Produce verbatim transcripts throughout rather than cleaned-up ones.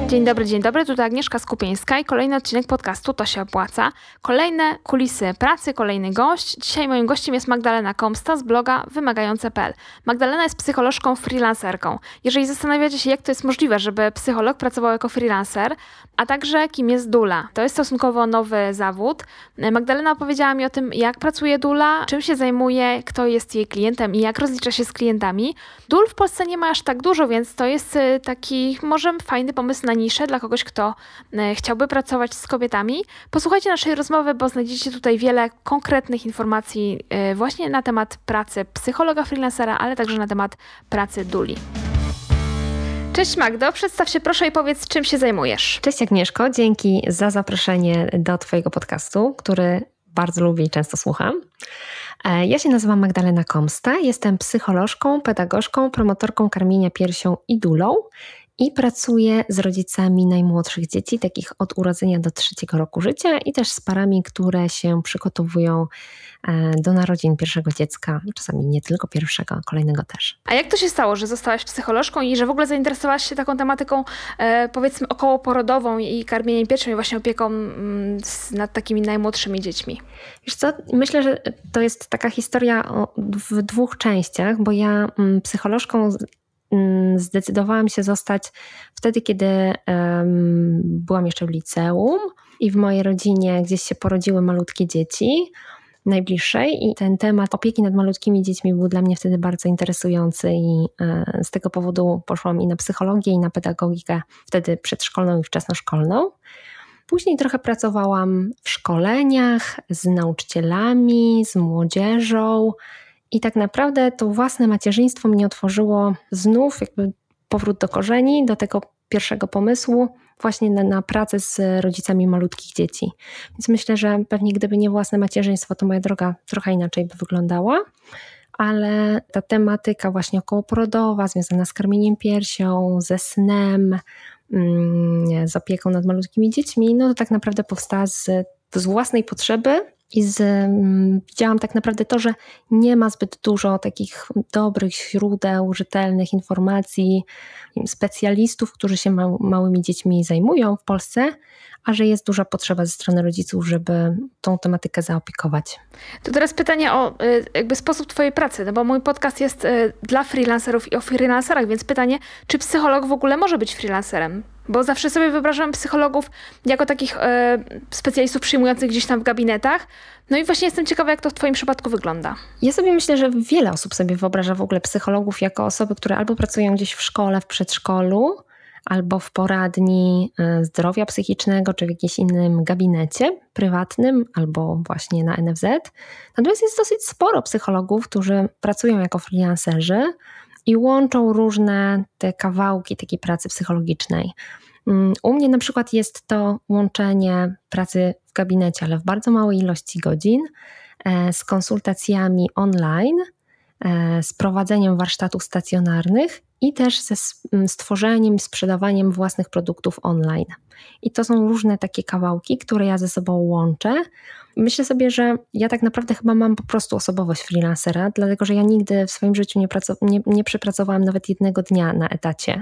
Dzień dobry, dzień dobry, tutaj Agnieszka Skupieńska i kolejny odcinek podcastu To się opłaca. Kolejne kulisy pracy, kolejny gość. Dzisiaj moim gościem jest Magdalena Komsta z bloga wymagające kropka p l. Magdalena jest psycholożką freelancerką. Jeżeli zastanawiacie się, jak to jest możliwe, żeby psycholog pracował jako freelancer, a także kim jest doula. To jest stosunkowo nowy zawód. Magdalena opowiedziała mi o tym, jak pracuje doula, czym się zajmuje, kto jest jej klientem i jak rozlicza się z klientami. Dul w Polsce nie ma aż tak dużo, więc to jest taki może fajny pomysł na niszę dla kogoś, kto chciałby pracować z kobietami. Posłuchajcie naszej rozmowy, bo znajdziecie tutaj wiele konkretnych informacji właśnie na temat pracy psychologa freelancera, ale także na temat pracy duli. Cześć Magdo, przedstaw się proszę i powiedz, czym się zajmujesz. Cześć Agnieszko, dzięki za zaproszenie do Twojego podcastu, który bardzo lubię i często słucham. Ja się nazywam Magdalena Komsta, jestem psycholożką, pedagogzką, promotorką karmienia piersią i dulą i pracuję z rodzicami najmłodszych dzieci, takich od urodzenia do trzeciego roku życia i też z parami, które się przygotowują do narodzin pierwszego dziecka, czasami nie tylko pierwszego, kolejnego też. A jak to się stało, że zostałaś psycholożką i że w ogóle zainteresowałaś się taką tematyką e, powiedzmy okołoporodową i karmieniem piersią i właśnie opieką mm, nad takimi najmłodszymi dziećmi? Wiesz co, myślę, że to jest taka historia o, w dwóch częściach, bo ja mm, psycholożką zdecydowałam się zostać wtedy, kiedy um, byłam jeszcze w liceum i w mojej rodzinie gdzieś się porodziły malutkie dzieci najbliższej i ten temat opieki nad malutkimi dziećmi był dla mnie wtedy bardzo interesujący i e, z tego powodu poszłam i na psychologię i na pedagogikę, wtedy przedszkolną i wczesnoszkolną. Później trochę pracowałam w szkoleniach z nauczycielami, z młodzieżą. I tak naprawdę to własne macierzyństwo mnie otworzyło znów jakby powrót do korzeni, do tego pierwszego pomysłu właśnie na, na pracę z rodzicami malutkich dzieci. Więc myślę, że pewnie gdyby nie własne macierzyństwo, to moja droga trochę inaczej by wyglądała, ale ta tematyka właśnie okołoporodowa związana z karmieniem piersią, ze snem, z opieką nad malutkimi dziećmi, no to tak naprawdę powstała z, z własnej potrzeby. I z, widziałam tak naprawdę to, że nie ma zbyt dużo takich dobrych źródeł, rzetelnych informacji, specjalistów, którzy się ma, małymi dziećmi zajmują w Polsce, a że jest duża potrzeba ze strony rodziców, żeby tą tematykę zaopiekować. To teraz pytanie o jakby sposób Twojej pracy, no bo mój podcast jest dla freelancerów i o freelancerach, więc pytanie, czy psycholog w ogóle może być freelancerem? Bo zawsze sobie wyobrażam psychologów jako takich e, specjalistów przyjmujących gdzieś tam w gabinetach. No i właśnie jestem ciekawa, jak to w Twoim przypadku wygląda. Ja sobie myślę, że wiele osób sobie wyobraża w ogóle psychologów jako osoby, które albo pracują gdzieś w szkole, w przedszkolu, albo w poradni zdrowia psychicznego, czy w jakimś innym gabinecie prywatnym, albo właśnie na N F Z. Natomiast jest dosyć sporo psychologów, którzy pracują jako freelancerzy i łączą różne te kawałki takiej pracy psychologicznej. U mnie na przykład jest to łączenie pracy w gabinecie, ale w bardzo małej ilości godzin, z konsultacjami online, z prowadzeniem warsztatów stacjonarnych i też ze stworzeniem i sprzedawaniem własnych produktów online. I to są różne takie kawałki, które ja ze sobą łączę. Myślę sobie, że ja tak naprawdę chyba mam po prostu osobowość freelancera, dlatego że ja nigdy w swoim życiu nie, pracu- nie, nie przepracowałam nawet jednego dnia na etacie.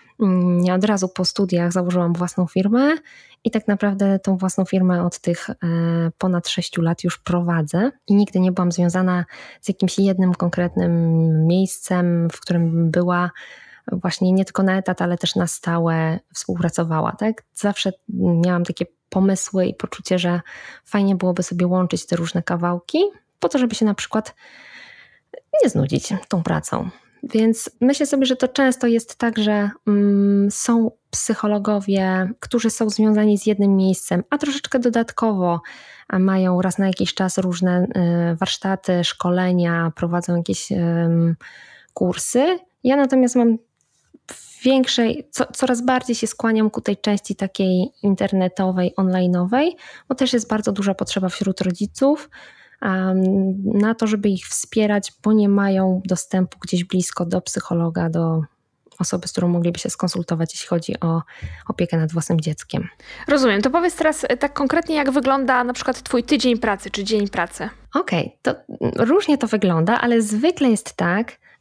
Ja od razu po studiach założyłam własną firmę i tak naprawdę tą własną firmę od tych e, ponad sześciu lat już prowadzę i nigdy nie byłam związana z jakimś jednym konkretnym miejscem, w którym była właśnie nie tylko na etat, ale też na stałe współpracowała. Tak? Zawsze miałam takie pomysły i poczucie, że fajnie byłoby sobie łączyć te różne kawałki po to, żeby się na przykład nie znudzić tą pracą. Więc myślę sobie, że to często jest tak, że mm, są psychologowie, którzy są związani z jednym miejscem, a troszeczkę dodatkowo mają raz na jakiś czas różne y, warsztaty, szkolenia, prowadzą jakieś y, kursy. Ja natomiast mam w większej, co, coraz bardziej się skłaniam ku tej części takiej internetowej, online'owej, bo też jest bardzo duża potrzeba wśród rodziców na to, żeby ich wspierać, bo nie mają dostępu gdzieś blisko do psychologa, do osoby, z którą mogliby się skonsultować, jeśli chodzi o opiekę nad własnym dzieckiem. Rozumiem. To powiedz teraz tak konkretnie, jak wygląda na przykład Twój tydzień pracy, czy dzień pracy. Okej, okay, to różnie to wygląda, ale zwykle jest tak,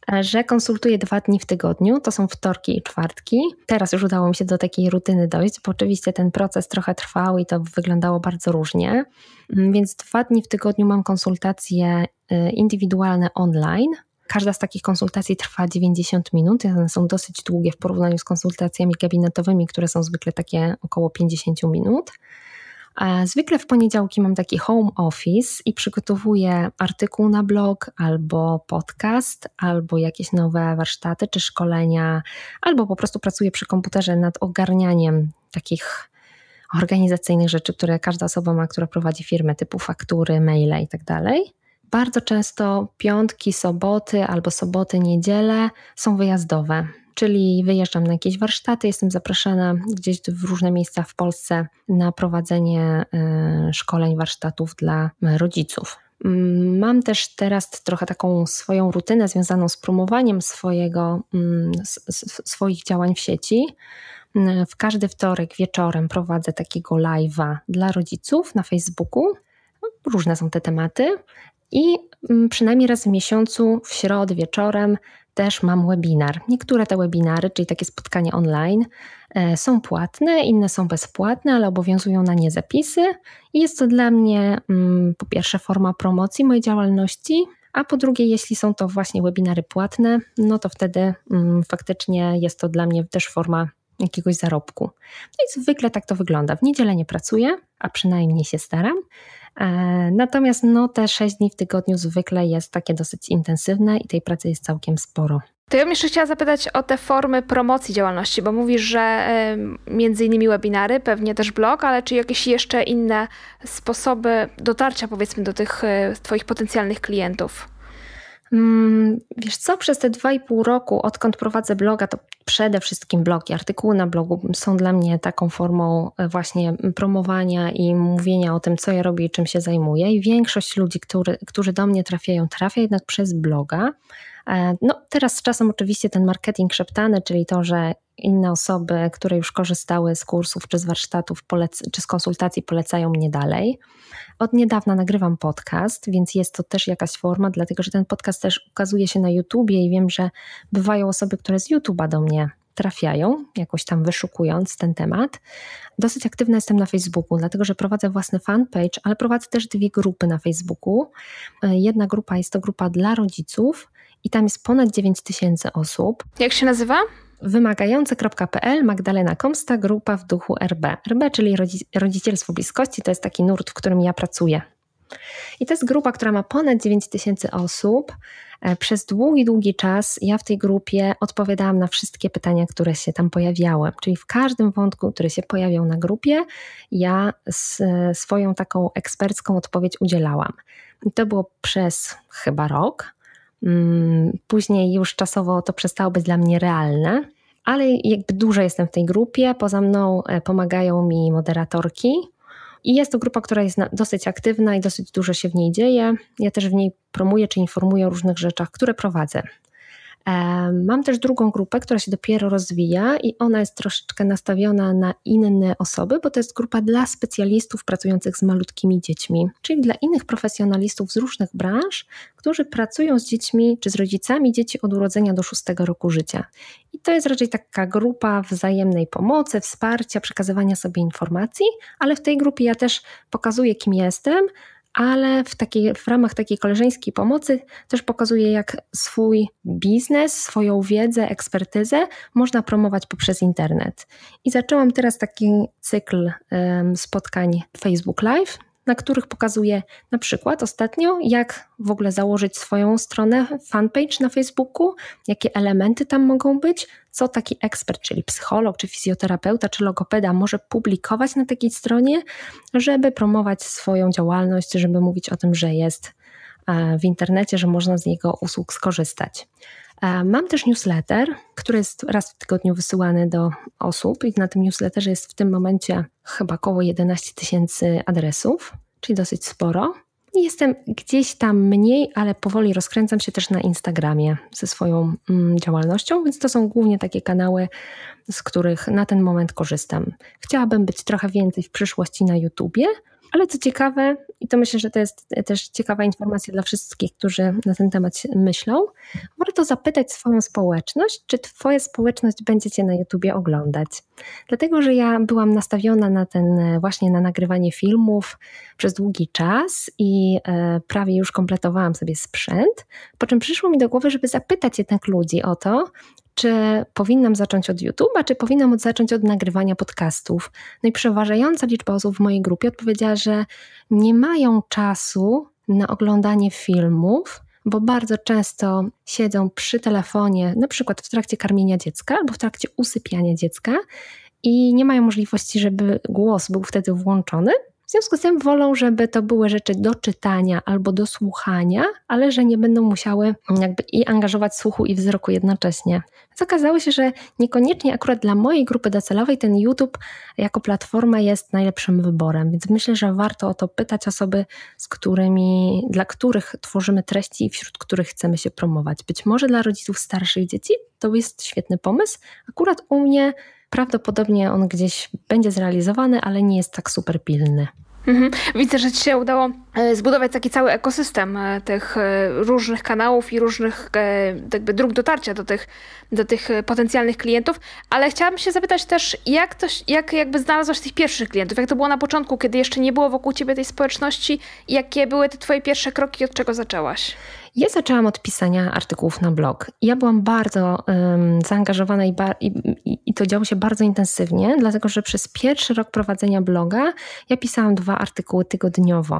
że konsultuję dwa dni w tygodniu, to są wtorki i czwartki. Teraz już udało mi się do takiej rutyny dojść, bo oczywiście ten proces trochę trwał i to wyglądało bardzo różnie, więc dwa dni w tygodniu mam konsultacje indywidualne online. Każda z takich konsultacji trwa dziewięćdziesiąt minut, one są dosyć długie w porównaniu z konsultacjami gabinetowymi, które są zwykle takie około pięćdziesiąt minut. Zwykle w poniedziałki mam taki home office i przygotowuję artykuł na blog, albo podcast, albo jakieś nowe warsztaty czy szkolenia, albo po prostu pracuję przy komputerze nad ogarnianiem takich organizacyjnych rzeczy, które każda osoba ma, która prowadzi firmę, typu faktury, maile i tak dalej. Bardzo często piątki, soboty albo soboty, niedziele są wyjazdowe, czyli wyjeżdżam na jakieś warsztaty, jestem zapraszana gdzieś w różne miejsca w Polsce na prowadzenie szkoleń, warsztatów dla rodziców. Mam też teraz trochę taką swoją rutynę związaną z promowaniem swojego, swoich działań w sieci. W każdy wtorek wieczorem prowadzę takiego live'a dla rodziców na Facebooku. Różne są te tematy. I przynajmniej raz w miesiącu, w środę wieczorem też mam webinar. Niektóre te webinary, czyli takie spotkania online, są płatne, inne są bezpłatne, ale obowiązują na nie zapisy. I jest to dla mnie po pierwsze forma promocji mojej działalności, a po drugie, jeśli są to właśnie webinary płatne, no to wtedy faktycznie jest to dla mnie też forma jakiegoś zarobku. No i zwykle tak to wygląda. W niedzielę nie pracuję, a przynajmniej się staram. Natomiast no, te sześć dni w tygodniu zwykle jest takie dosyć intensywne i tej pracy jest całkiem sporo. To ja bym jeszcze chciała zapytać o te formy promocji działalności, bo mówisz, że y, między innymi webinary, pewnie też blog, ale czy jakieś jeszcze inne sposoby dotarcia powiedzmy do tych y, twoich potencjalnych klientów? Wiesz co, przez te dwa i pół roku, odkąd prowadzę bloga, to przede wszystkim blogi, artykuły na blogu są dla mnie taką formą właśnie promowania i mówienia o tym, co ja robię i czym się zajmuję. I większość ludzi, który, którzy do mnie trafiają, trafia jednak przez bloga. No teraz z czasem oczywiście ten marketing szeptany, czyli to, że inne osoby, które już korzystały z kursów czy z warsztatów polec- czy z konsultacji polecają mnie dalej. Od niedawna nagrywam podcast, więc jest to też jakaś forma, dlatego że ten podcast też ukazuje się na YouTubie i wiem, że bywają osoby, które z YouTube'a do mnie trafiają, jakoś tam wyszukując ten temat. Dosyć aktywna jestem na Facebooku, dlatego że prowadzę własny fanpage, ale prowadzę też dwie grupy na Facebooku. Jedna grupa jest to grupa dla rodziców i tam jest ponad dziewięć tysięcy osób. Jak się nazywa? wymagające kropka p l, Magdalena Komsta, grupa w duchu R B. R B, czyli rodzicielstwo bliskości, to jest taki nurt, w którym ja pracuję. I to jest grupa, która ma ponad dziewięć tysięcy osób. Przez długi, długi czas ja w tej grupie odpowiadałam na wszystkie pytania, które się tam pojawiały. Czyli w każdym wątku, który się pojawiał na grupie, ja swoją taką ekspercką odpowiedź udzielałam. I to było przez chyba rok. Później już czasowo to przestało być dla mnie realne, ale jakby dużo jestem w tej grupie, poza mną pomagają mi moderatorki i jest to grupa, która jest dosyć aktywna i dosyć dużo się w niej dzieje. Ja też w niej promuję czy informuję o różnych rzeczach, które prowadzę. Mam też drugą grupę, która się dopiero rozwija i ona jest troszeczkę nastawiona na inne osoby, bo to jest grupa dla specjalistów pracujących z malutkimi dziećmi, czyli dla innych profesjonalistów z różnych branż, którzy pracują z dziećmi czy z rodzicami dzieci od urodzenia do szóstego roku życia. I to jest raczej taka grupa wzajemnej pomocy, wsparcia, przekazywania sobie informacji, ale w tej grupie ja też pokazuję, kim jestem, ale w, takiej, w ramach takiej koleżeńskiej pomocy też pokazuję, jak swój biznes, swoją wiedzę, ekspertyzę można promować poprzez internet. I zaczęłam teraz taki cykl um, spotkań Facebook Live, na których pokazuję na przykład ostatnio, jak w ogóle założyć swoją stronę, fanpage na Facebooku, jakie elementy tam mogą być, co taki ekspert, czyli psycholog, czy fizjoterapeuta, czy logopeda może publikować na takiej stronie, żeby promować swoją działalność, żeby mówić o tym, że jest w internecie, że można z jego usług skorzystać. Mam też newsletter, który jest raz w tygodniu wysyłany do osób i na tym newsletterze jest w tym momencie chyba około jedenaście tysięcy adresów, czyli dosyć sporo. I jestem gdzieś tam mniej, ale powoli rozkręcam się też na Instagramie ze swoją mm, działalnością, więc to są głównie takie kanały, z których na ten moment korzystam. Chciałabym być trochę więcej w przyszłości na YouTubie, Ale co ciekawe, i to myślę, że to jest też ciekawa informacja dla wszystkich, którzy na ten temat myślą, warto zapytać swoją społeczność, czy twoja społeczność będzie cię na YouTubie oglądać. Dlatego, że ja byłam nastawiona na ten właśnie na nagrywanie filmów przez długi czas i e, prawie już kompletowałam sobie sprzęt, po czym przyszło mi do głowy, żeby zapytać jednak ludzi o to, czy powinnam zacząć od YouTube'a, czy powinnam od, zacząć od nagrywania podcastów. No i przeważająca liczba osób w mojej grupie odpowiedziała, że nie mają czasu na oglądanie filmów, bo bardzo często siedzą przy telefonie, na przykład w trakcie karmienia dziecka albo w trakcie usypiania dziecka i nie mają możliwości, żeby głos był wtedy włączony. W związku z tym wolą, żeby to były rzeczy do czytania albo do słuchania, ale że nie będą musiały jakby i angażować słuchu i wzroku jednocześnie. Więc okazało się, że niekoniecznie akurat dla mojej grupy docelowej ten YouTube jako platforma jest najlepszym wyborem, więc myślę, że warto o to pytać osoby, z którymi, dla których tworzymy treści i wśród których chcemy się promować. Być może dla rodziców starszych dzieci to jest świetny pomysł. Akurat u mnie prawdopodobnie on gdzieś będzie zrealizowany, ale nie jest tak super pilny. Mhm. Widzę, że ci się udało zbudować taki cały ekosystem tych różnych kanałów i różnych jakby dróg dotarcia do tych, do tych potencjalnych klientów, ale chciałabym się zapytać też, jak, to, jak jakby znalazłaś tych pierwszych klientów? Jak to było na początku, kiedy jeszcze nie było wokół ciebie tej społeczności? Jakie były te twoje pierwsze kroki i od czego zaczęłaś? Ja zaczęłam od pisania artykułów na blog. Ja byłam bardzo um, zaangażowana i, ba- i, i, i to działo się bardzo intensywnie, dlatego że przez pierwszy rok prowadzenia bloga ja pisałam dwa artykuły tygodniowo.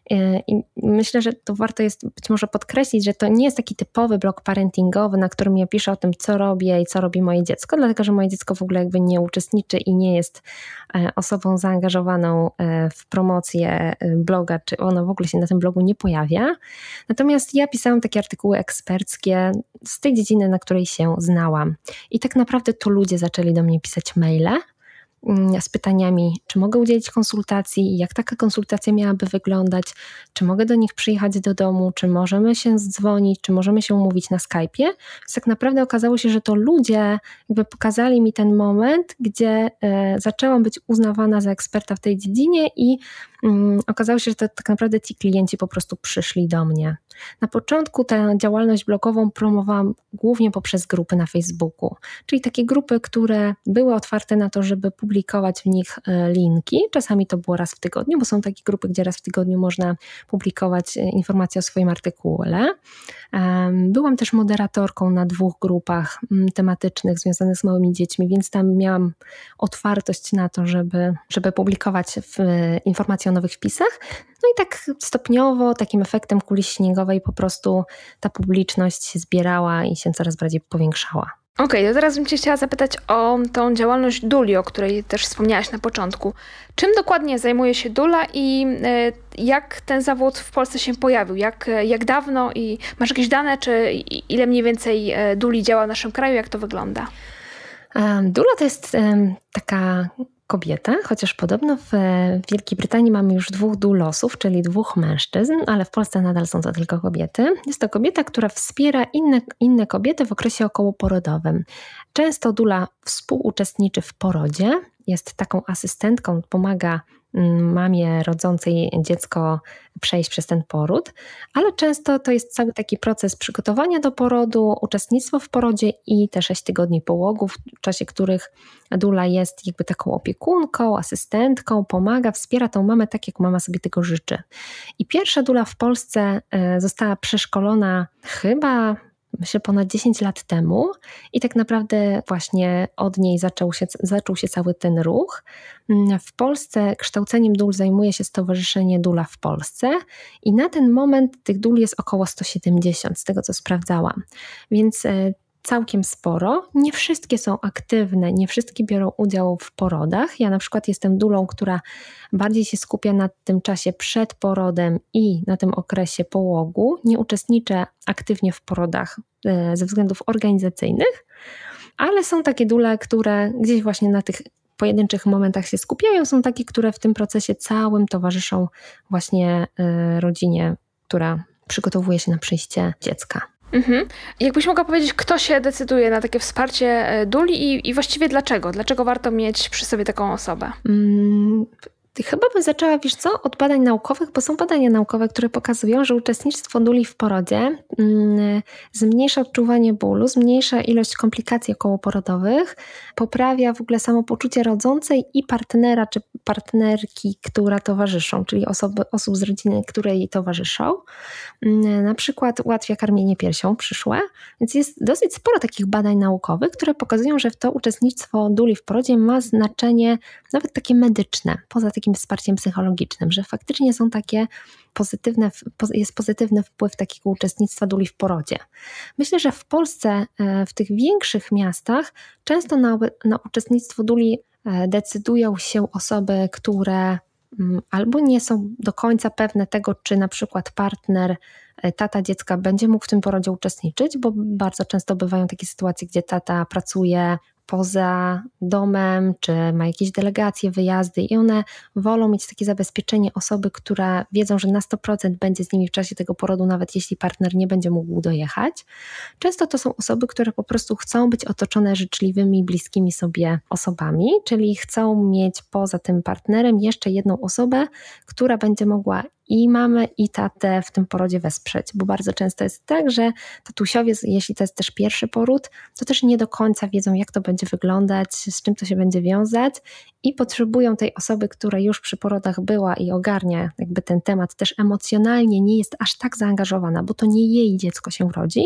I myślę, że to warto jest być może podkreślić, że to nie jest taki typowy blog parentingowy, na którym ja piszę o tym, co robię i co robi moje dziecko, dlatego że moje dziecko w ogóle jakby nie uczestniczy i nie jest osobą zaangażowaną w promocję bloga, czy ona w ogóle się na tym blogu nie pojawia. Natomiast ja pisałam takie artykuły eksperckie z tej dziedziny, na której się znałam. I tak naprawdę to ludzie zaczęli do mnie pisać maile z pytaniami, czy mogę udzielić konsultacji, jak taka konsultacja miałaby wyglądać, czy mogę do nich przyjechać do domu, czy możemy się zdzwonić, czy możemy się umówić na Skype'ie. Więc tak naprawdę okazało się, że to ludzie jakby pokazali mi ten moment, gdzie e, zaczęłam być uznawana za eksperta w tej dziedzinie i mm, okazało się, że to tak naprawdę ci klienci po prostu przyszli do mnie. Na początku tę działalność blogową promowałam głównie poprzez grupy na Facebooku, czyli takie grupy, które były otwarte na to, żeby publikować w nich linki. Czasami to było raz w tygodniu, bo są takie grupy, gdzie raz w tygodniu można publikować informacje o swoim artykule. Byłam też moderatorką na dwóch grupach tematycznych związanych z małymi dziećmi, więc tam miałam otwartość na to, żeby, żeby publikować w, informacje o nowych wpisach. No i tak stopniowo, takim efektem kuli śniegowej po prostu ta publiczność się zbierała i się coraz bardziej powiększała. Okej, okay, to teraz bym cię chciała zapytać o tą działalność Duli, o której też wspomniałaś na początku. Czym dokładnie zajmuje się Dula i jak ten zawód w Polsce się pojawił? Jak, jak dawno i masz jakieś dane, czy ile mniej więcej Duli działa w naszym kraju? Jak to wygląda? Dula to jest taka kobieta, chociaż podobno w Wielkiej Brytanii mamy już dwóch dulosów, czyli dwóch mężczyzn, ale w Polsce nadal są to tylko kobiety. Jest to kobieta, która wspiera inne, inne kobiety w okresie okołoporodowym. Często dula współuczestniczy w porodzie, jest taką asystentką, pomaga mamie rodzącej dziecko przejść przez ten poród, ale często to jest cały taki proces przygotowania do porodu, uczestnictwo w porodzie i te sześć tygodni połogów, w czasie których dula jest jakby taką opiekunką, asystentką, pomaga, wspiera tą mamę tak, jak mama sobie tego życzy. I pierwsza dula w Polsce została przeszkolona chyba myślę ponad dziesięć lat temu i tak naprawdę właśnie od niej zaczął się, zaczął się cały ten ruch. W Polsce kształceniem dól zajmuje się Stowarzyszenie Dula w Polsce i na ten moment tych dól jest około sto siedemdziesiąt, z tego co sprawdzałam. Więc całkiem sporo. Nie wszystkie są aktywne, nie wszystkie biorą udział w porodach. Ja na przykład jestem dulą, która bardziej się skupia na tym czasie przed porodem i na tym okresie połogu. Nie uczestniczę aktywnie w porodach ze względów organizacyjnych, ale są takie dule, które gdzieś właśnie na tych pojedynczych momentach się skupiają. Są takie, które w tym procesie całym towarzyszą właśnie rodzinie, która przygotowuje się na przyjście dziecka. Mhm. Jakbyś mogła powiedzieć, kto się decyduje na takie wsparcie Duli i, i właściwie dlaczego? Dlaczego warto mieć przy sobie taką osobę? Mm, Chyba bym zaczęła, wiesz co, od badań naukowych, bo są badania naukowe, które pokazują, że uczestnictwo duli w porodzie mm, zmniejsza odczuwanie bólu, zmniejsza ilość komplikacji okołoporodowych, poprawia w ogóle samopoczucie rodzącej i partnera czy partnerki, która towarzyszą, czyli osoby, osób z rodziny, które jej towarzyszą. Mm, na przykład ułatwia karmienie piersią przyszłe, więc jest dosyć sporo takich badań naukowych, które pokazują, że to uczestnictwo duli w porodzie ma znaczenie nawet takie medyczne, poza takim wsparciem psychologicznym, że faktycznie są takie pozytywne, jest pozytywny wpływ takiego uczestnictwa duli w porodzie. Myślę, że w Polsce, w tych większych miastach często na, na uczestnictwo duli decydują się osoby, które albo nie są do końca pewne tego, czy na przykład partner, tata dziecka będzie mógł w tym porodzie uczestniczyć, bo bardzo często bywają takie sytuacje, gdzie tata pracuje poza domem, czy ma jakieś delegacje, wyjazdy i one wolą mieć takie zabezpieczenie osoby, która wiedzą, że na sto procent będzie z nimi w czasie tego porodu, nawet jeśli partner nie będzie mógł dojechać. Często to są osoby, które po prostu chcą być otoczone życzliwymi, bliskimi sobie osobami, czyli chcą mieć poza tym partnerem jeszcze jedną osobę, która będzie mogła i mamę, i tatę w tym porodzie wesprzeć, bo bardzo często jest tak, że tatusiowie, jeśli to jest też pierwszy poród, to też nie do końca wiedzą, jak to będzie wyglądać, z czym to się będzie wiązać i potrzebują tej osoby, która już przy porodach była i ogarnia jakby ten temat, też emocjonalnie nie jest aż tak zaangażowana, bo to nie jej dziecko się rodzi,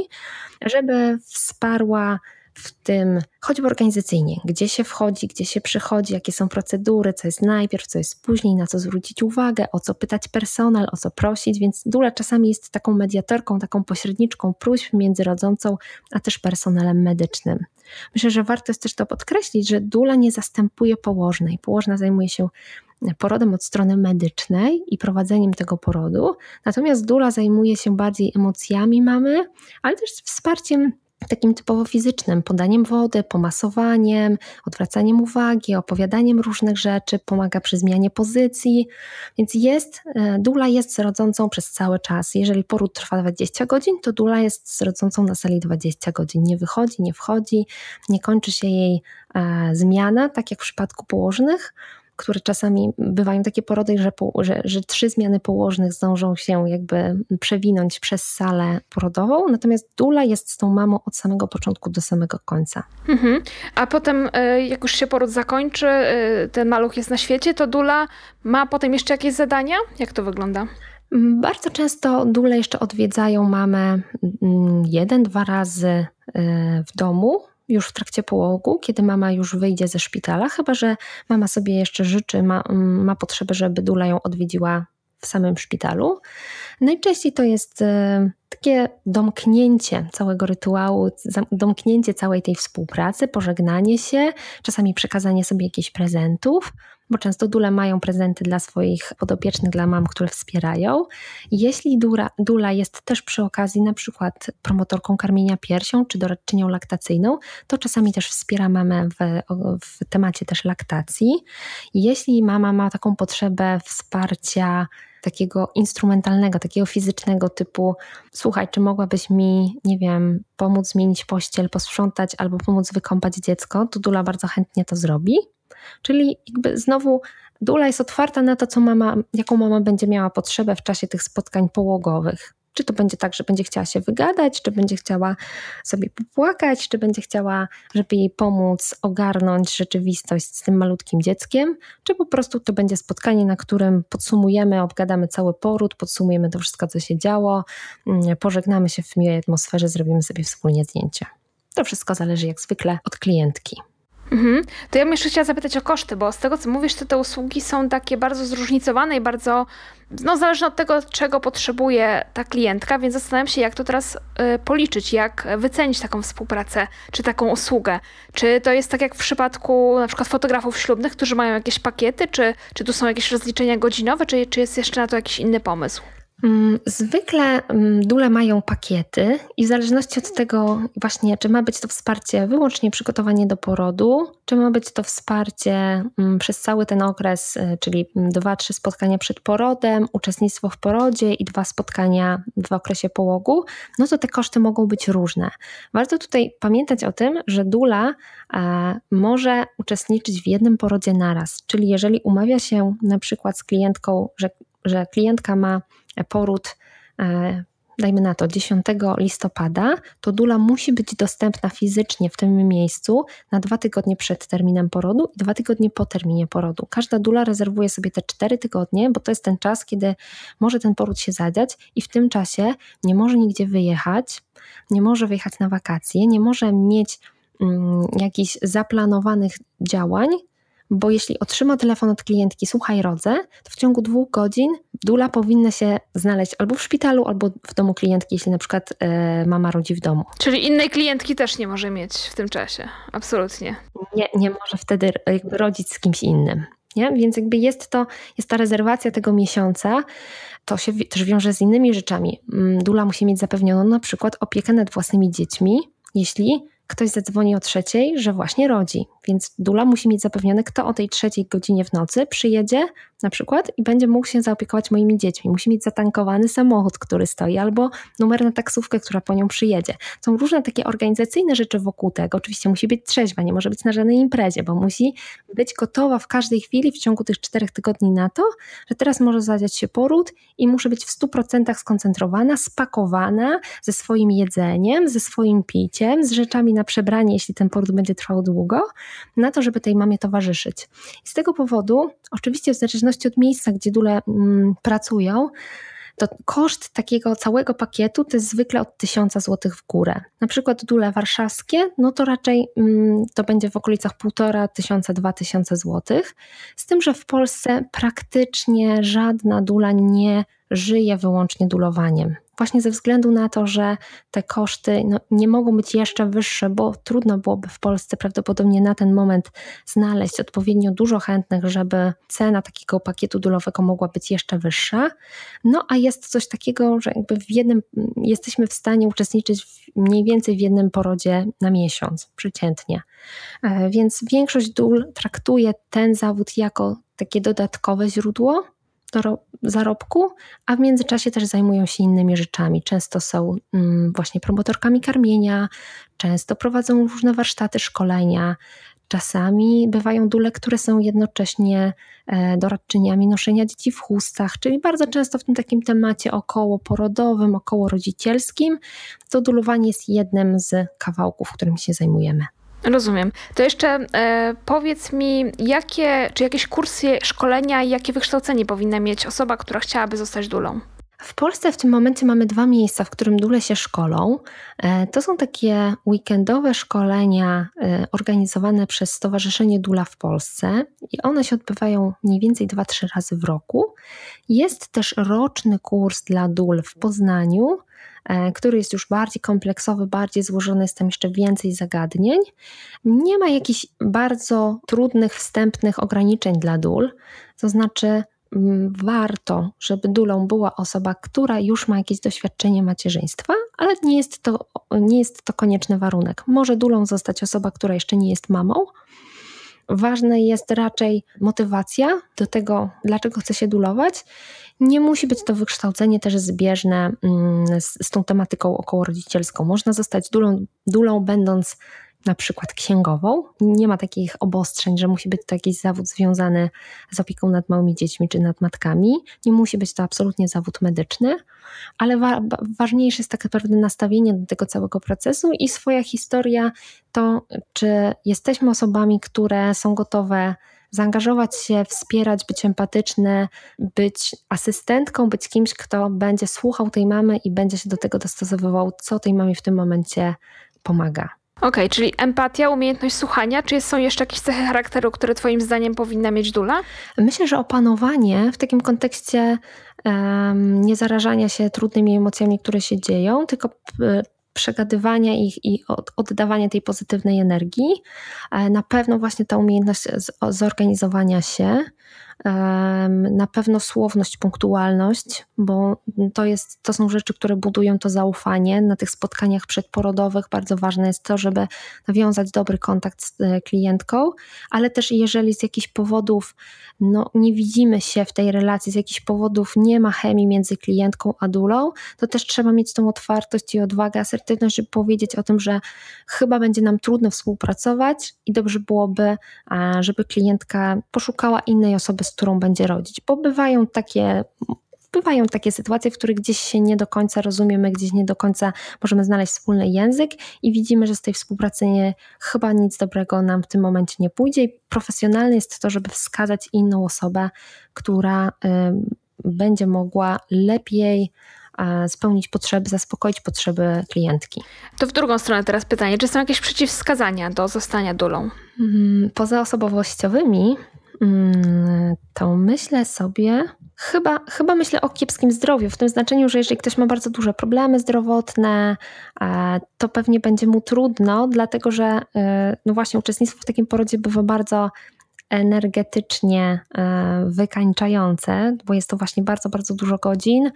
żeby wsparła w tym, choćby organizacyjnie, gdzie się wchodzi, gdzie się przychodzi, jakie są procedury, co jest najpierw, co jest później, na co zwrócić uwagę, o co pytać personel, o co prosić, więc doula czasami jest taką mediatorką, taką pośredniczką próśb między rodzącą, a też personelem medycznym. Myślę, że warto jest też to podkreślić, że doula nie zastępuje położnej. Położna zajmuje się porodem od strony medycznej i prowadzeniem tego porodu, natomiast doula zajmuje się bardziej emocjami mamy, ale też wsparciem takim typowo fizycznym, podaniem wody, pomasowaniem, odwracaniem uwagi, opowiadaniem różnych rzeczy, pomaga przy zmianie pozycji, więc jest, doula jest z rodzącą przez cały czas. Jeżeli poród trwa dwadzieścia godzin, to doula jest z rodzącą na sali dwadzieścia godzin. Nie wychodzi, nie wchodzi, nie kończy się jej e, zmiana, tak jak w przypadku położnych, które czasami bywają takie porody, że, że, że trzy zmiany położnych zdążą się jakby przewinąć przez salę porodową, natomiast doula jest z tą mamą od samego początku do samego końca. Mhm. A potem jak już się poród zakończy, ten maluch jest na świecie, to doula ma potem jeszcze jakieś zadania? Jak to wygląda? Bardzo często doule jeszcze odwiedzają mamę jeden, dwa razy w domu, już w trakcie połogu, kiedy mama już wyjdzie ze szpitala, chyba że mama sobie jeszcze życzy, ma, ma potrzebę, żeby doula ją odwiedziła w samym szpitalu. Najczęściej to jest takie domknięcie całego rytuału, domknięcie całej tej współpracy, pożegnanie się, czasami przekazanie sobie jakichś prezentów, bo często doule mają prezenty dla swoich podopiecznych, dla mam, które wspierają. Jeśli doula, doula jest też przy okazji na przykład promotorką karmienia piersią czy doradczynią laktacyjną, to czasami też wspiera mamę w, w temacie też laktacji. Jeśli mama ma taką potrzebę wsparcia takiego instrumentalnego, takiego fizycznego typu słuchaj, czy mogłabyś mi, nie wiem, pomóc zmienić pościel, posprzątać albo pomóc wykąpać dziecko, to doula bardzo chętnie to zrobi. Czyli jakby znowu doula jest otwarta na to, co mama, jaką mama będzie miała potrzebę w czasie tych spotkań połogowych. Czy to będzie tak, że będzie chciała się wygadać, czy będzie chciała sobie popłakać, czy będzie chciała, żeby jej pomóc ogarnąć rzeczywistość z tym malutkim dzieckiem, czy po prostu to będzie spotkanie, na którym podsumujemy, obgadamy cały poród, podsumujemy to wszystko, co się działo, pożegnamy się w miłej atmosferze, zrobimy sobie wspólnie zdjęcie. To wszystko zależy jak zwykle od klientki. Mhm. To ja bym jeszcze chciała zapytać o koszty, bo z tego, co mówisz, to te usługi są takie bardzo zróżnicowane i bardzo, no zależne od tego, czego potrzebuje ta klientka, więc zastanawiam się, jak to teraz y, policzyć, jak wycenić taką współpracę, czy taką usługę. Czy to jest tak jak w przypadku na przykład fotografów ślubnych, którzy mają jakieś pakiety, czy, czy tu są jakieś rozliczenia godzinowe, czy, czy jest jeszcze na to jakiś inny pomysł? Zwykle dule mają pakiety i w zależności od tego właśnie, czy ma być to wsparcie wyłącznie przygotowanie do porodu, czy ma być to wsparcie przez cały ten okres, czyli dwa, trzy spotkania przed porodem, uczestnictwo w porodzie i dwa spotkania w okresie połogu, no to te koszty mogą być różne. Warto tutaj pamiętać o tym, że dula może uczestniczyć w jednym porodzie naraz, czyli jeżeli umawia się na przykład z klientką, że, że klientka ma poród, dajmy na to dziesiątego listopada, to dula musi być dostępna fizycznie w tym miejscu na dwa tygodnie przed terminem porodu i dwa tygodnie po terminie porodu. Każda dula rezerwuje sobie te cztery tygodnie, bo to jest ten czas, kiedy może ten poród się zadziać i w tym czasie nie może nigdzie wyjechać, nie może wyjechać na wakacje, nie może mieć mm, jakichś zaplanowanych działań, bo jeśli otrzyma telefon od klientki, słuchaj, rodzę, to w ciągu dwóch godzin dula powinna się znaleźć albo w szpitalu, albo w domu klientki, jeśli na przykład e, mama rodzi w domu. Czyli innej klientki też nie może mieć w tym czasie, absolutnie. Nie, nie może wtedy jakby rodzić z kimś innym. Nie? Więc jakby jest to, jest ta rezerwacja tego miesiąca, to się też wiąże z innymi rzeczami. Dula musi mieć zapewnioną na przykład opiekę nad własnymi dziećmi, jeśli ktoś zadzwoni o trzeciej, że właśnie rodzi. Więc dula musi mieć zapewnione, kto o tej trzeciej godzinie w nocy przyjedzie na przykład i będzie mógł się zaopiekować moimi dziećmi. Musi mieć zatankowany samochód, który stoi, albo numer na taksówkę, która po nią przyjedzie. Są różne takie organizacyjne rzeczy wokół tego. Oczywiście musi być trzeźwa, nie może być na żadnej imprezie, bo musi być gotowa w każdej chwili w ciągu tych czterech tygodni na to, że teraz może zadziać się poród i muszę być w stu procentach skoncentrowana, spakowana ze swoim jedzeniem, ze swoim piciem, z rzeczami na przebranie, jeśli ten poród będzie trwał długo, na to, żeby tej mamie towarzyszyć. I z tego powodu, oczywiście w zależności od miejsca, gdzie dule mm, pracują, to koszt takiego całego pakietu to jest zwykle od tysiąca złotych w górę. Na przykład dule warszawskie, no to raczej mm, to będzie w okolicach półtora tysiąca, dwa tysiące złotych. Z tym, że w Polsce praktycznie żadna dula nie żyje wyłącznie dulowaniem. Właśnie ze względu na to, że te koszty no, nie mogą być jeszcze wyższe, bo trudno byłoby w Polsce prawdopodobnie na ten moment znaleźć odpowiednio dużo chętnych, żeby cena takiego pakietu dulowego mogła być jeszcze wyższa. No a jest coś takiego, że jakby w jednym jesteśmy w stanie uczestniczyć w, mniej więcej w jednym porodzie na miesiąc, przeciętnie. Więc większość dul traktuje ten zawód jako takie dodatkowe źródło do zarobku, a w międzyczasie też zajmują się innymi rzeczami. Często są mm, właśnie promotorkami karmienia, często prowadzą różne warsztaty, szkolenia. Czasami bywają dule, które są jednocześnie e, doradczyniami noszenia dzieci w chustach, czyli bardzo często w tym takim temacie okołoporodowym, okołorodzicielskim, to dulowanie jest jednym z kawałków, którym się zajmujemy. Rozumiem. To jeszcze e, powiedz mi, jakie, czy jakieś kursy, szkolenia, jakie wykształcenie powinna mieć osoba, która chciałaby zostać dulą? W Polsce w tym momencie mamy dwa miejsca, w którym dule się szkolą. E, to są takie weekendowe szkolenia e, organizowane przez Stowarzyszenie Dula w Polsce i one się odbywają mniej więcej dwa trzy razy w roku. Jest też roczny kurs dla dul w Poznaniu, który jest już bardziej kompleksowy, bardziej złożony, jest tam jeszcze więcej zagadnień. Nie ma jakichś bardzo trudnych, wstępnych ograniczeń dla dul, to znaczy warto, żeby dulą była osoba, która już ma jakieś doświadczenie macierzyństwa, ale nie jest to, nie jest to konieczny warunek. Może dulą zostać osoba, która jeszcze nie jest mamą. Ważna jest raczej motywacja do tego, dlaczego chce się dulować. Nie musi być to wykształcenie też zbieżne z, z tą tematyką okołorodzicielską. Można zostać dulą, dulą będąc na przykład księgową. Nie ma takich obostrzeń, że musi być to jakiś zawód związany z opieką nad małymi dziećmi czy nad matkami. Nie musi być to absolutnie zawód medyczny, ale wa- ważniejsze jest tak naprawdę nastawienie do tego całego procesu i swoja historia, to czy jesteśmy osobami, które są gotowe zaangażować się, wspierać, być empatyczne, być asystentką, być kimś, kto będzie słuchał tej mamy i będzie się do tego dostosowywał, co tej mamie w tym momencie pomaga. Okej, okay, czyli empatia, umiejętność słuchania. Czy są jeszcze jakieś cechy charakteru, które twoim zdaniem powinna mieć dula? Myślę, że opanowanie w takim kontekście um, nie zarażania się trudnymi emocjami, które się dzieją, tylko p- przegadywania ich i od, oddawania tej pozytywnej energii. Na pewno właśnie ta umiejętność z, zorganizowania się, Na pewno słowność, punktualność, bo to, jest, to są rzeczy, które budują to zaufanie. Na tych spotkaniach przedporodowych bardzo ważne jest to, żeby nawiązać dobry kontakt z klientką, ale też jeżeli z jakichś powodów no, nie widzimy się w tej relacji, z jakichś powodów nie ma chemii między klientką a dulą, to też trzeba mieć tą otwartość i odwagę, asertywność, żeby powiedzieć o tym, że chyba będzie nam trudno współpracować i dobrze byłoby, żeby klientka poszukała innej osoby, z którą będzie rodzić, bo bywają takie Bywają takie sytuacje, w których gdzieś się nie do końca rozumiemy, gdzieś nie do końca możemy znaleźć wspólny język i widzimy, że z tej współpracy nie, chyba nic dobrego nam w tym momencie nie pójdzie i profesjonalne jest to, żeby wskazać inną osobę, która y, będzie mogła lepiej y, spełnić potrzeby, zaspokoić potrzeby klientki. To w drugą stronę teraz pytanie, czy są jakieś przeciwwskazania do zostania dulą? Poza osobowościowymi to myślę sobie, chyba, chyba myślę o kiepskim zdrowiu, w tym znaczeniu, że jeżeli ktoś ma bardzo duże problemy zdrowotne, to pewnie będzie mu trudno, dlatego że no właśnie uczestnictwo w takim porodzie bywa bardzo energetycznie wykańczające, bo jest to właśnie bardzo, bardzo dużo godzin.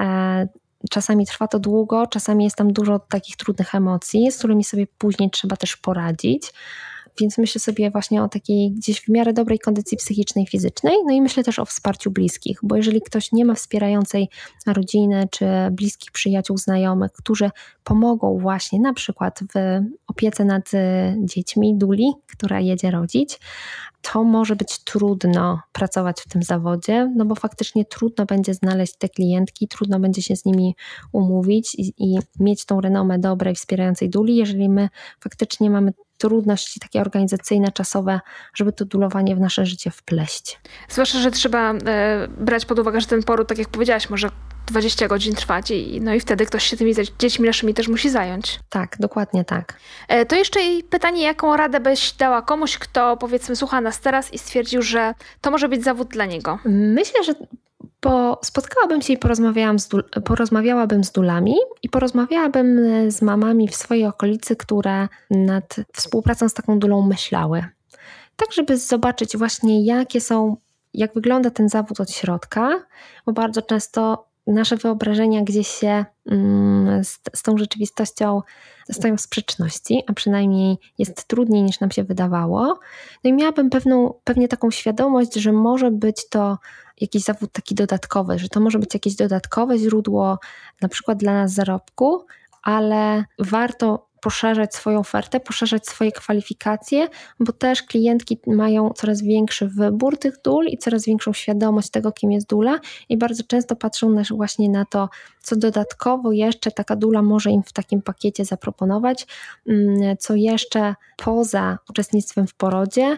Czasami trwa to długo, czasami jest tam dużo takich trudnych emocji, z którymi sobie później trzeba też poradzić. Więc myślę sobie właśnie o takiej gdzieś w miarę dobrej kondycji psychicznej, fizycznej, no i myślę też o wsparciu bliskich, bo jeżeli ktoś nie ma wspierającej rodziny czy bliskich przyjaciół, znajomych, którzy pomogą właśnie na przykład w opiece nad dziećmi duli, która jedzie rodzić, to może być trudno pracować w tym zawodzie, no bo faktycznie trudno będzie znaleźć te klientki, trudno będzie się z nimi umówić i, i mieć tą renomę dobrej, wspierającej duli, jeżeli my faktycznie mamy trudności takie organizacyjne, czasowe, żeby to dulowanie w nasze życie wpleść. Zwłaszcza, że trzeba e, brać pod uwagę, że ten poród, tak jak powiedziałaś, może dwadzieścia godzin trwać i, no i wtedy ktoś się tymi dziećmi naszymi też musi zająć. Tak, dokładnie tak. E, to jeszcze pytanie, jaką radę byś dała komuś, kto powiedzmy słucha nas teraz i stwierdził, że to może być zawód dla niego? Myślę, że bo spotkałabym się i porozmawiałam z dul- porozmawiałabym z dulami i porozmawiałabym z mamami w swojej okolicy, które nad współpracą z taką dulą myślały. Tak, żeby zobaczyć właśnie jakie są, jak wygląda ten zawód od środka, bo bardzo często nasze wyobrażenia gdzieś się mm, z, z tą rzeczywistością stoją w sprzeczności, a przynajmniej jest trudniej niż nam się wydawało. No i miałabym pewną, pewnie taką świadomość, że może być to jakiś zawód taki dodatkowy, że to może być jakieś dodatkowe źródło na przykład dla nas zarobku, ale warto poszerzać swoją ofertę, poszerzać swoje kwalifikacje, bo też klientki mają coraz większy wybór tych dól i coraz większą świadomość tego, kim jest dula i bardzo często patrzą na, właśnie na to, co dodatkowo jeszcze taka dula może im w takim pakiecie zaproponować, co jeszcze poza uczestnictwem w porodzie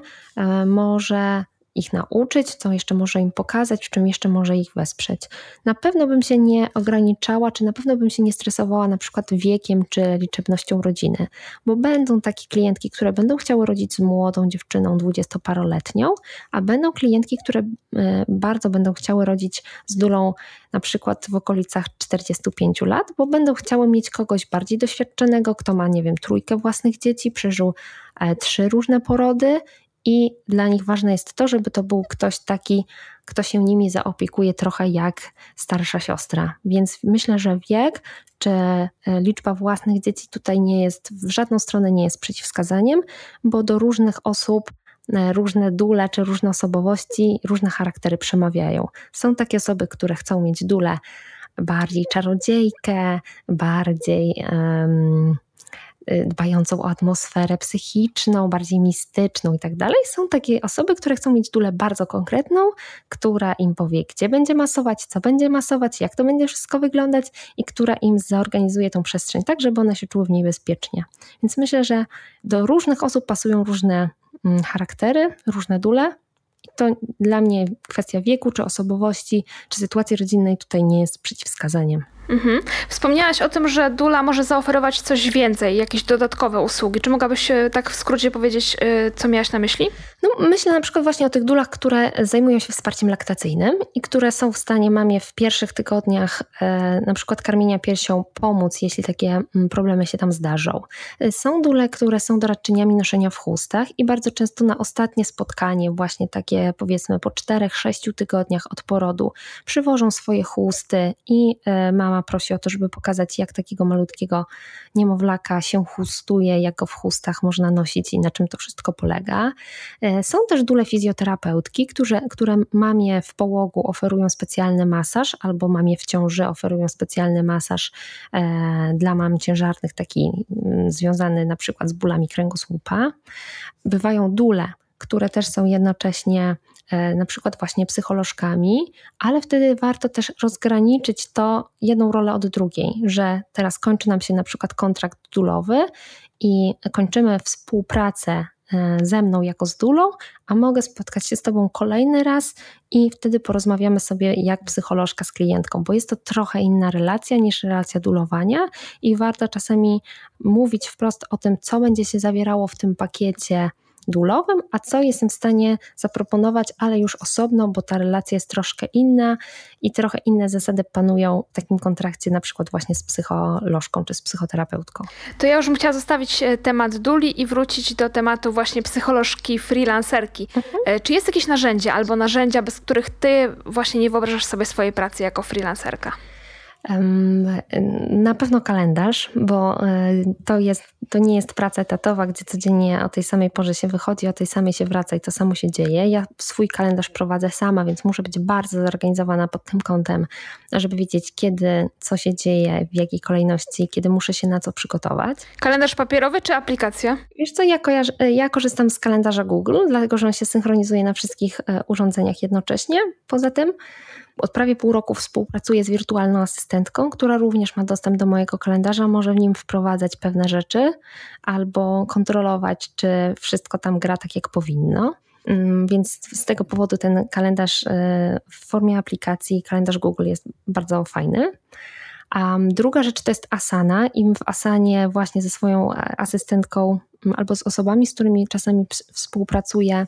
może ich nauczyć, co jeszcze może im pokazać, w czym jeszcze może ich wesprzeć. Na pewno bym się nie ograniczała, czy na pewno bym się nie stresowała na przykład wiekiem czy liczebnością rodziny, bo będą takie klientki, które będą chciały rodzić z młodą dziewczyną dwudziestoparoletnią, a będą klientki, które bardzo będą chciały rodzić z dulą na przykład w okolicach czterdziestu pięciu lat, bo będą chciały mieć kogoś bardziej doświadczonego, kto ma, nie wiem, trójkę własnych dzieci, przeżył e, trzy różne porody i dla nich ważne jest to, żeby to był ktoś taki, kto się nimi zaopiekuje trochę jak starsza siostra. Więc myślę, że wiek czy liczba własnych dzieci tutaj nie jest, w żadną stronę nie jest przeciwwskazaniem, bo do różnych osób różne dule czy różne osobowości, różne charaktery przemawiają. Są takie osoby, które chcą mieć dulę bardziej czarodziejkę, bardziej um, dbającą o atmosferę psychiczną, bardziej mistyczną i tak dalej. Są takie osoby, które chcą mieć dulę bardzo konkretną, która im powie, gdzie będzie masować, co będzie masować, jak to będzie wszystko wyglądać i która im zorganizuje tą przestrzeń tak, żeby one się czuły w niej bezpiecznie. Więc myślę, że do różnych osób pasują różne charaktery, różne dule. I to dla mnie kwestia wieku, czy osobowości, czy sytuacji rodzinnej tutaj nie jest przeciwwskazaniem. Mhm. Wspomniałaś o tym, że dula może zaoferować coś więcej, jakieś dodatkowe usługi. Czy mogłabyś tak w skrócie powiedzieć, co miałaś na myśli? No, myślę na przykład właśnie o tych dulach, które zajmują się wsparciem laktacyjnym i które są w stanie mamie w pierwszych tygodniach e, na przykład karmienia piersią pomóc, jeśli takie problemy się tam zdarzą. Są dule, które są doradczyniami noszenia w chustach i bardzo często na ostatnie spotkanie, właśnie takie powiedzmy po czterech, sześciu tygodniach od porodu, przywożą swoje chusty i e, mama prosi o to, żeby pokazać, jak takiego malutkiego niemowlaka się chustuje, jak go w chustach można nosić i na czym to wszystko polega. Są też dule fizjoterapeutki, które, które mamie w połogu oferują specjalny masaż albo mamie w ciąży oferują specjalny masaż e, dla mam ciężarnych, taki m, związany na przykład z bólami kręgosłupa. Bywają dule, które też są jednocześnie e, na przykład właśnie psycholożkami, ale wtedy warto też rozgraniczyć to jedną rolę od drugiej, że teraz kończy nam się na przykład kontrakt dulowy i kończymy współpracę ze mną jako z dulą, a mogę spotkać się z tobą kolejny raz i wtedy porozmawiamy sobie jak psycholożka z klientką, bo jest to trochę inna relacja niż relacja dulowania i warto czasami mówić wprost o tym, co będzie się zawierało w tym pakiecie dulowym, a co jestem w stanie zaproponować, ale już osobno, bo ta relacja jest troszkę inna i trochę inne zasady panują w takim kontrakcie na przykład właśnie z psycholożką czy z psychoterapeutką. To ja już bym chciała zostawić temat duli i wrócić do tematu właśnie psycholożki, freelancerki. Mhm. Czy jest jakieś narzędzie albo narzędzia, bez których ty właśnie nie wyobrażasz sobie swojej pracy jako freelancerka? Na pewno kalendarz, bo to, jest, to nie jest praca etatowa, gdzie codziennie o tej samej porze się wychodzi, o tej samej się wraca i to samo się dzieje. Ja swój kalendarz prowadzę sama, więc muszę być bardzo zorganizowana pod tym kątem, żeby wiedzieć kiedy, co się dzieje, w jakiej kolejności, kiedy muszę się na co przygotować. Kalendarz papierowy czy aplikacja? Wiesz co, ja, kojarzę, ja korzystam z kalendarza Google, dlatego że on się synchronizuje na wszystkich urządzeniach jednocześnie. Poza tym od prawie pół roku współpracuję z wirtualną asystentką, która również ma dostęp do mojego kalendarza, może w nim wprowadzać pewne rzeczy albo kontrolować, czy wszystko tam gra tak, jak powinno. Więc z tego powodu ten kalendarz w formie aplikacji, kalendarz Google jest bardzo fajny. A druga rzecz to jest Asana i w Asanie właśnie ze swoją asystentką albo z osobami, z którymi czasami współpracuję,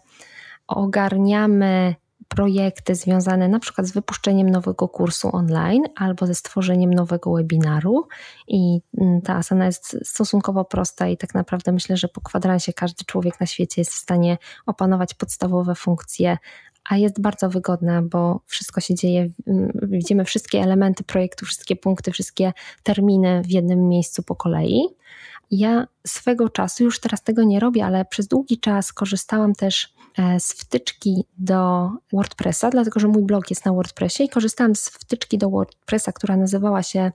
ogarniamy projekty związane na przykład z wypuszczeniem nowego kursu online albo ze stworzeniem nowego webinaru i ta Asana jest stosunkowo prosta i tak naprawdę myślę, że po kwadransie każdy człowiek na świecie jest w stanie opanować podstawowe funkcje, a jest bardzo wygodna, bo wszystko się dzieje, widzimy wszystkie elementy projektu, wszystkie punkty, wszystkie terminy w jednym miejscu po kolei. Ja swego czasu, już teraz tego nie robię, ale przez długi czas korzystałam też z wtyczki do WordPressa, dlatego że mój blog jest na WordPressie i korzystałam z wtyczki do WordPressa, która nazywała się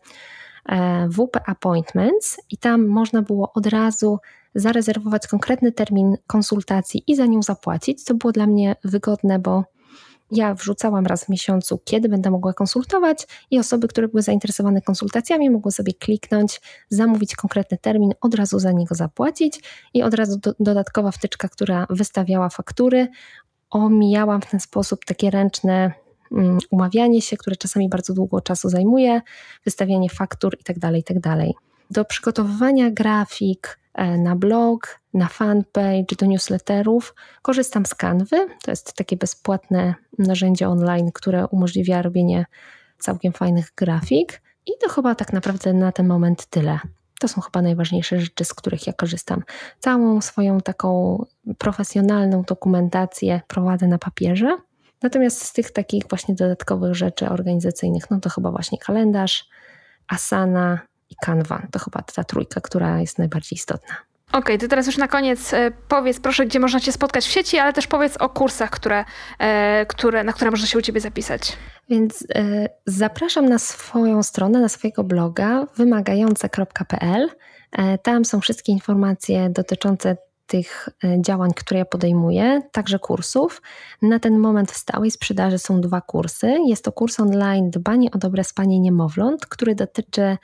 W P Appointments i tam można było od razu zarezerwować konkretny termin konsultacji i za nią zapłacić, co było dla mnie wygodne, bo ja wrzucałam raz w miesiącu, kiedy będę mogła konsultować i osoby, które były zainteresowane konsultacjami, mogły sobie kliknąć, zamówić konkretny termin, od razu za niego zapłacić i od razu do, dodatkowa wtyczka, która wystawiała faktury. Omijałam w ten sposób takie ręczne um, umawianie się, które czasami bardzo długo czasu zajmuje, wystawianie faktur itd., itd. Do przygotowywania grafik na blog, na fanpage, do newsletterów korzystam z Canvy. To jest takie bezpłatne narzędzie online, które umożliwia robienie całkiem fajnych grafik i to chyba tak naprawdę na ten moment tyle. To są chyba najważniejsze rzeczy, z których ja korzystam. Całą swoją taką profesjonalną dokumentację prowadzę na papierze. Natomiast z tych takich właśnie dodatkowych rzeczy organizacyjnych, no to chyba właśnie kalendarz, Asana i Canva. To chyba ta trójka, która jest najbardziej istotna. Okej, okay, to teraz już na koniec powiedz proszę, gdzie można Cię spotkać w sieci, ale też powiedz o kursach, które, które, na które można się u Ciebie zapisać. Więc y, zapraszam na swoją stronę, na swojego bloga wymagające kropka p l. Y, tam są wszystkie informacje dotyczące tych działań, które ja podejmuję, także kursów. Na ten moment w stałej sprzedaży są dwa kursy. Jest to kurs online Dbanie o dobre spanie niemowląt, który dotyczy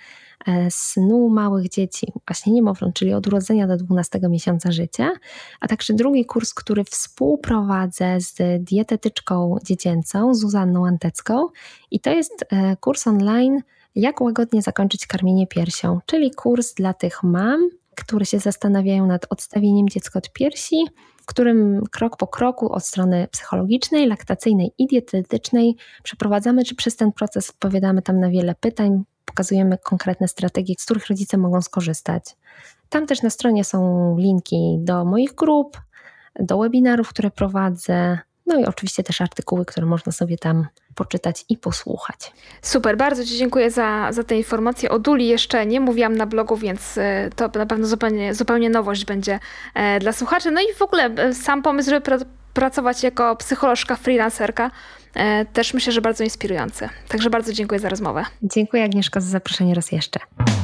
snu małych dzieci, właśnie niemowląt, czyli od urodzenia do dwunastego miesiąca życia, a także drugi kurs, który współprowadzę z dietetyczką dziecięcą Zuzanną Antecką i to jest kurs online Jak łagodnie zakończyć karmienie piersią, czyli kurs dla tych mam, które się zastanawiają nad odstawieniem dziecka od piersi, w którym krok po kroku od strony psychologicznej, laktacyjnej i dietetycznej przeprowadzamy, czy przez ten proces odpowiadamy tam na wiele pytań, pokazujemy konkretne strategie, z których rodzice mogą skorzystać. Tam też na stronie są linki do moich grup, do webinarów, które prowadzę, no i oczywiście też artykuły, które można sobie tam poczytać i posłuchać. Super, bardzo Ci dziękuję za, za te informacje. O Duli jeszcze nie mówiłam na blogu, więc to na pewno zupełnie, zupełnie nowość będzie dla słuchaczy. No i w ogóle sam pomysł, żeby pra- pracować jako psycholożka, freelancerka, też myślę, że bardzo inspirujący. Także bardzo dziękuję za rozmowę. Dziękuję, Agnieszko, za zaproszenie raz jeszcze.